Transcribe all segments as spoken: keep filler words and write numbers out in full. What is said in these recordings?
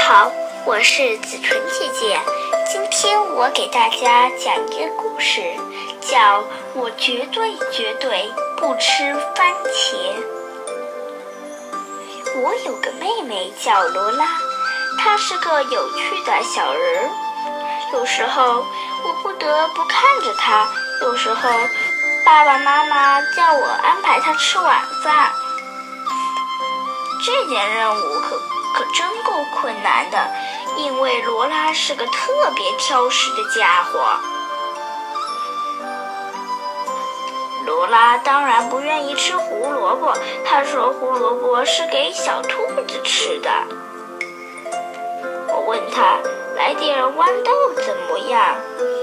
好，我是子纯姐姐。今天我给大家讲一个故事，叫《我绝对绝对不吃番茄》。我有个妹妹叫罗拉，她是个有趣的小人儿。有时候我不得不看着她，有时候爸爸妈妈叫我安排她吃晚饭。这件任务可可真够困难的，因为罗拉是个特别挑食的家伙。罗拉当然不愿意吃胡萝卜，她说胡萝卜是给小兔子吃的。我问她，来点豌豆怎么样？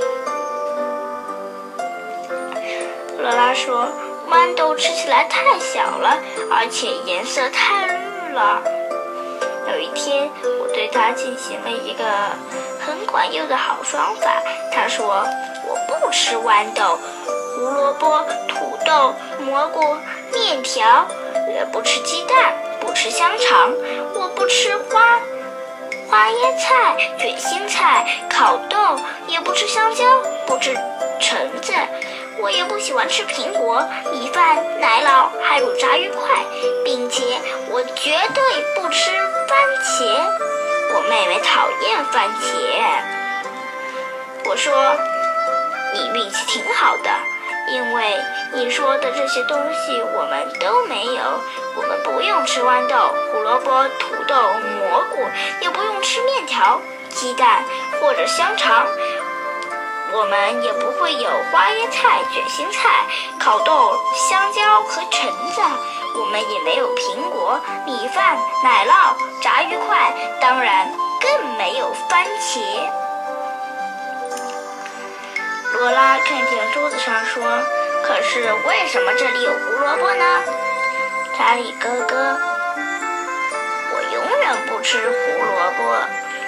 罗拉说，豌豆吃起来太小了，而且颜色太绿了。有一天，我对她进行了一个很管用的好方法。她说，我不吃豌豆、胡萝卜、土豆、蘑菇、面条，也不吃鸡蛋，不吃香肠，我不吃花花椰菜、卷心菜、烤豆，也不吃香蕉，不吃橙子，我也不喜欢吃苹果、米饭、奶酪，还有炸鱼块，并且我绝对不吃番茄。我妹妹讨厌番茄。我说，你运气挺好的，因为你说的这些东西我们都没有。我们不用吃豌豆、胡萝卜、土豆、蘑菇，也不用吃面条、鸡蛋或者香肠。我们也不会有花椰菜、卷心菜、烤豆、香蕉和橙子。我们也没有苹果、米饭、奶酪、炸鱼块，当然更没有番茄。罗拉看见桌子上说，可是为什么这里有胡萝卜呢？查理哥哥，我永远不吃胡萝卜。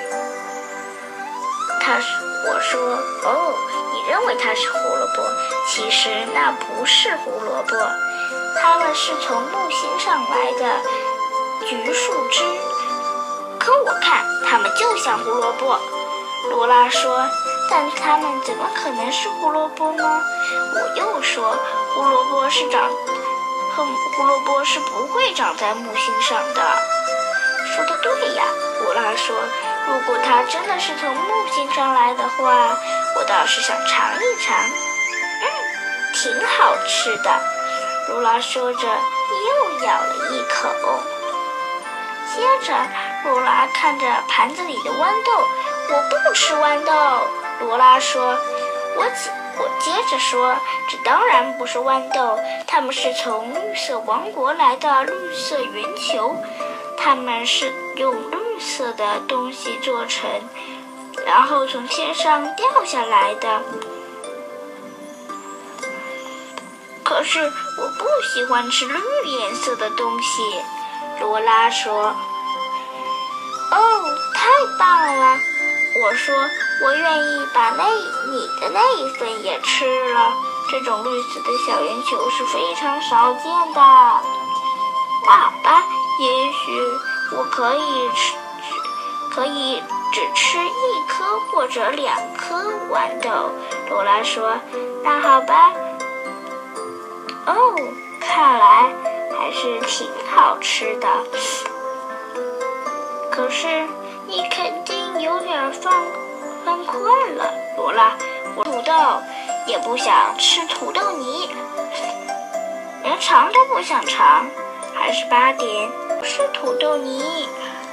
他我说，哦，你认为它是胡萝卜，其实那不是胡萝卜，它们是从木星上来的橘树枝，可我看它们就像胡萝卜。罗拉说，但它们怎么可能是胡萝卜呢？我又说，胡萝卜是长，哼，胡萝卜是不会长在木星上的。说得对呀，罗拉说，如果它真的是从木星上来的话，我倒是想尝一尝。嗯，挺好吃的。罗拉说着又咬了一口。接着罗拉看着盘子里的豌豆，我不吃豌豆。罗拉说，我我接着说，这当然不是豌豆，它们是从绿色王国来的绿色圆球，它们是用绿色的东西做成，然后从天上掉下来的。可是我不喜欢吃绿颜色的东西。罗拉说，哦，太棒了。我说，我愿意把那你的那一份也吃了。这种绿色的小圆球是非常少见的。那好吧，也许我可以吃，可以只吃一颗或者两颗豌豆。罗拉说，那好吧。哦，看来还是挺好吃的。可是你肯定有点犯犯困了，罗拉。我土豆也不想吃土豆泥，连尝都不想尝。还是八点，不是土豆泥。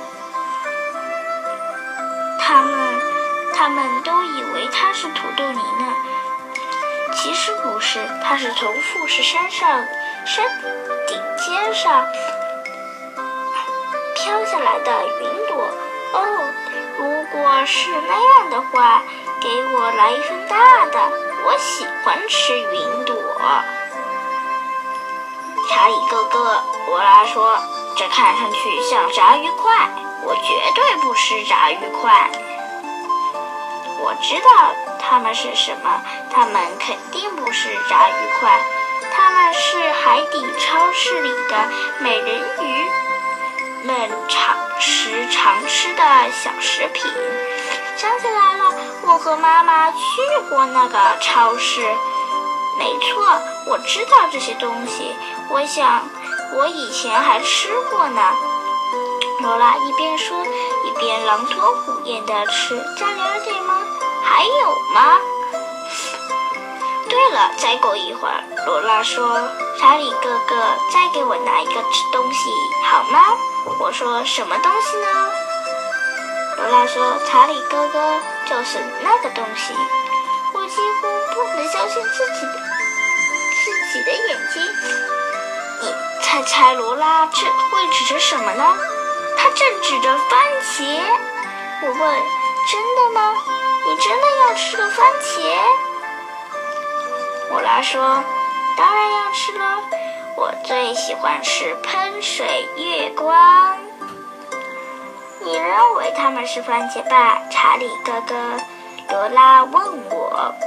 他们他们都以为它是土豆泥呢，其实不是，它是从富士山上山顶尖上飘下来的云朵。哦，如果是那样的话，给我来一份大的，我喜欢吃云朵。查理哥哥，罗拉说，这看上去像炸鱼块，我绝对不吃炸鱼块。我知道它们是什么，它们肯定不是炸鱼块，它们是海底超市里的美人鱼们常吃常吃的小食品。想起来了，我和妈妈去过那个超市。没错，我知道这些东西。我想，我以前还吃过呢。罗拉一边说，一边狼吞虎咽地吃。再了解吗？还有吗？对了，再过一会儿，罗拉说：“查理哥哥，再给我拿一个东西好吗？”我说：“什么东西呢？”罗拉说：“查理哥哥，就是那个东西。”我几乎不能相信自己的自己的眼睛。你猜猜罗拉指会指着什么呢？他正指着番茄。我问：“真的吗？你真的要吃个番茄？”罗拉说：“当然要吃了，我最喜欢吃喷水月光。”你认为它们是番茄吧，查理哥哥？罗拉问我。